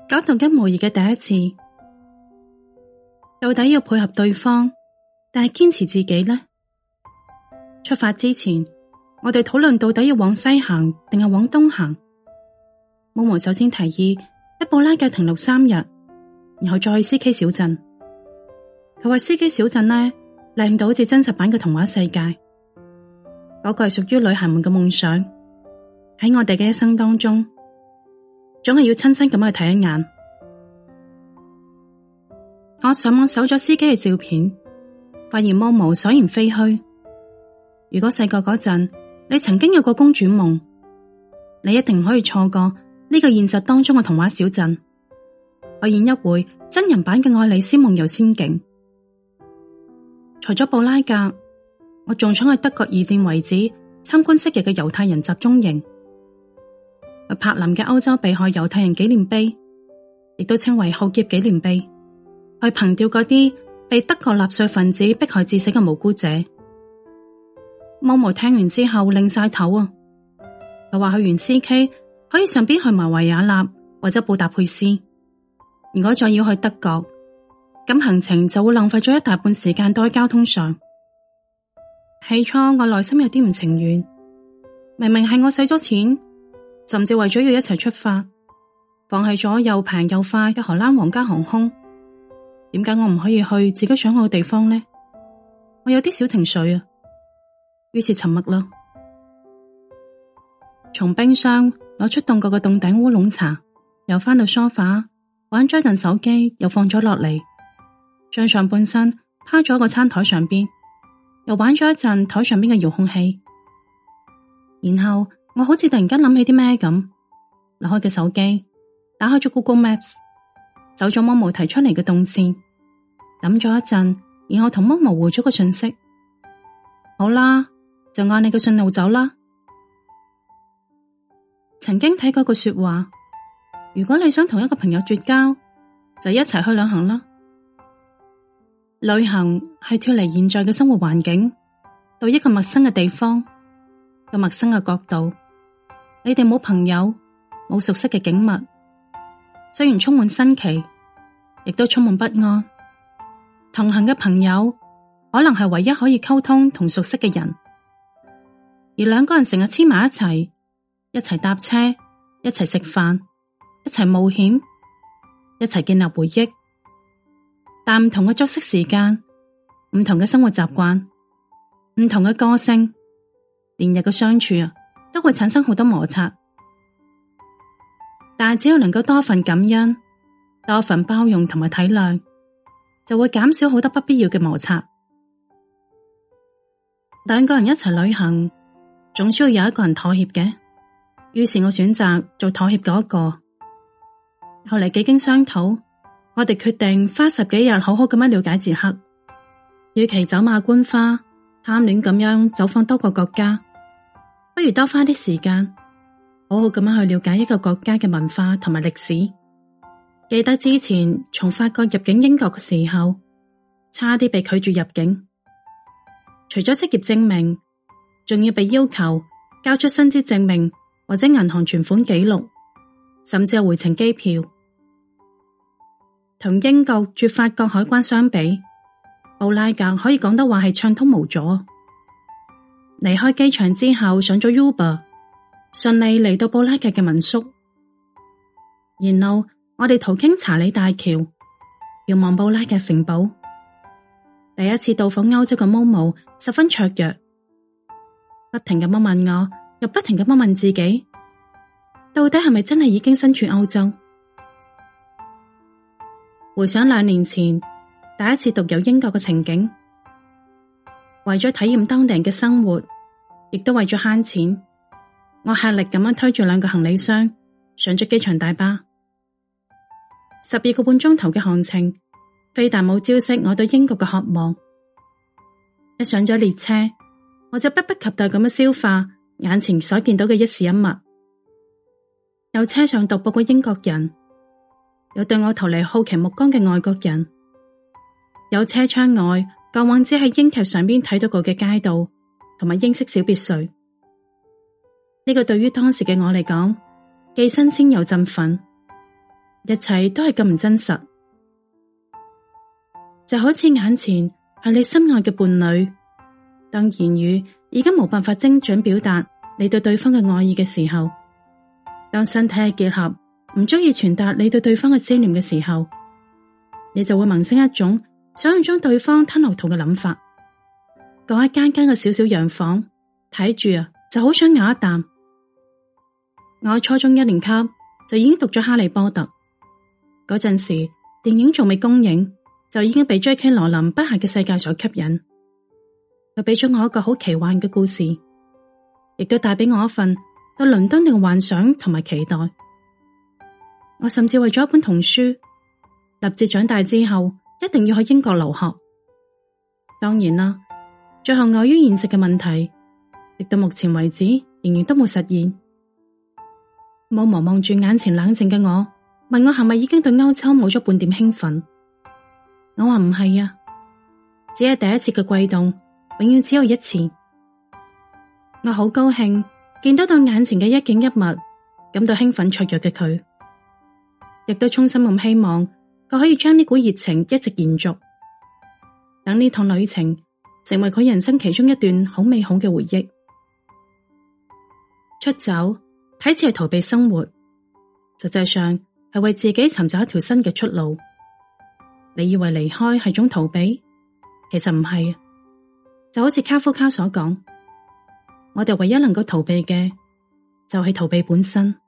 搞獨一無二嘅第一次，到底要配合對方，但係堅持自己呢？出發之前，我哋討論到底要往西行定係往東行。Momo首先提議喺布拉格停留3日，然後再去斯基小鎮。佢話斯基小鎮呢，靚到好似真實版嘅童話世界，嗰個係屬於旅行們嘅夢想。喺我哋嘅一生當中，總係要親身咁去睇一眼。我上網搜咗司機嘅照片，發現 Momo 所言非虛。如果細個嗰陣你曾經有過公主夢，你一定唔可以錯過呢個現實當中嘅童話小鎮，去演一回真人版嘅愛麗絲夢遊仙境。除咗布拉格，我仲想去德國2戰遺址參觀昔日嘅猶太人集中營，去柏林嘅歐洲被害猶太人紀念碑，亦都稱為浩劫紀念碑，去憑吊嗰啲被德國納粹分子迫害致死嘅無辜者。Momo 聽完之後擰晒頭啊！佢話去完斯基可以順便去埋維也納或者布達佩斯，如果再要去德國，咁行程就會浪費咗一大半時間都喺交通上。起初我內心有啲唔情願，明明係我使咗錢，甚至為咗要一齊出發，放棄咗又平又快嘅荷蘭皇家航空，點解我唔可以去自己想去嘅地方呢？我有啲小情緒啊，於是沉默啦。從冰箱攞出凍過嘅凍頂烏龍茶，又翻到梳化玩咗一陣手機，又放咗落嚟，將上半身趴咗喺個餐台上邊，又玩咗一陣台上邊嘅遙控器。然後我好似突然間諗起啲咩咁，攞開嘅手機，打開咗 Google Maps， 走咗 Momo 提出嚟嘅動線，諗咗一陣，然後同 Momo 回咗個訊息：好啦，就按你嘅信路走啦。曾經睇過句說話，如果你想同一個朋友絕交，就一齊去旅行啦。旅行係脫離現在嘅生活環境，到一個陌生嘅地方，個陌生嘅角度。你哋冇朋友，冇熟悉嘅景物，雖然充滿新奇，亦都充滿不安。同行嘅朋友可能係唯一可以溝通同熟悉嘅人，而兩個人成日黐埋一齊，一齊搭車，一齊食飯，一齊冒險，一齊建立回憶。但唔同嘅作息時間，唔同嘅生活習慣，唔同嘅個性，連日嘅相處都會產生好多摩擦。但係只要能夠多份感恩，多份包容同埋體諒，就會減少好多不必要嘅摩擦。兩個人一齊旅行，總需要有一個人妥協嘅。於是我選擇做妥協嗰一個。後嚟幾經商討，我哋決定花10幾日好好咁樣了解捷克。與其走馬觀花，貪戀咁樣走訪多個國家，不如多花啲時間，好好咁樣去了解一個國家嘅文化同埋歷史。記得之前從法國入境英國嘅時候，差啲被拒絕入境。除咗職業證明，仲要被要求交出薪資證明或者銀行存款記錄，甚至係回程機票。同英國駐法國海關相比，布拉格可以講得話係暢通無阻。離開機場之後上咗 Uber， 順利嚟到布拉格嘅民宿。然後我哋途經查理大橋，遙望布拉格城堡。第一次到訪歐洲嘅 Momo 十分雀躍，不停咁樣問我，又不停咁樣問自己，到底係咪真係已經身處歐洲？回想2年前第一次獨遊英國嘅情景，為咗體驗當地人嘅生活，亦都為咗慳錢，我吃力咁樣推住2個行李箱上咗機場大巴。12個半鐘頭嘅航程，非但冇招熄我對英國嘅渴望。一上咗列車，我就迫不及待咁樣消化眼前所見到嘅一事一物。有車上獨步嘅英國人，有對我投嚟好奇目光嘅外國人，有車窗外過往只喺英劇上邊睇到過嘅街道同埋英式小別墅。呢個對於當時嘅我嚟講，既新鮮又振奮。 一切都係咁唔真實。就好似眼前係你心愛嘅伴侶，當言語已經冇辦法精準表達你對對方嘅愛意嘅時候，當身體嘅結合唔足以傳達你對對方嘅思念嘅時候，你就會萌生一種想要將對方吞落肚嘅諗法。嗰一間間嘅小小洋房，睇住啊就好想咬一啖。我喺初中1年級就已經讀咗《哈利波特》，嗰陣時電影仲未公映，就已經被 J.K. 羅琳筆下嘅世界所吸引。佢俾咗我一個好奇幻嘅故事，亦都帶俾我一份對倫敦嘅幻想同埋期待。我甚至為咗一本童書，立志長大之後一定要去英國留學。當然啦，最後礙於現實嘅問題，直到目前為止仍然都冇實現。毛毛望住眼前冷靜嘅我，問我係咪已經對歐洲冇咗半點興奮。我話唔係啊，只係第一次嘅悸動，永遠只有一次。我好高興見到對眼前嘅一景一物感到興奮雀躍嘅佢，亦都衷心咁希望佢可以將呢股熱情一直延續，等呢趟旅程成為佢人生其中一段好美好嘅回憶。出走睇似係逃避生活，實際上係為自己尋找一條新嘅出路。你以為離開係種逃避，其實唔係。就好似卡夫卡所講，我哋唯一能夠逃避嘅就係逃避本身。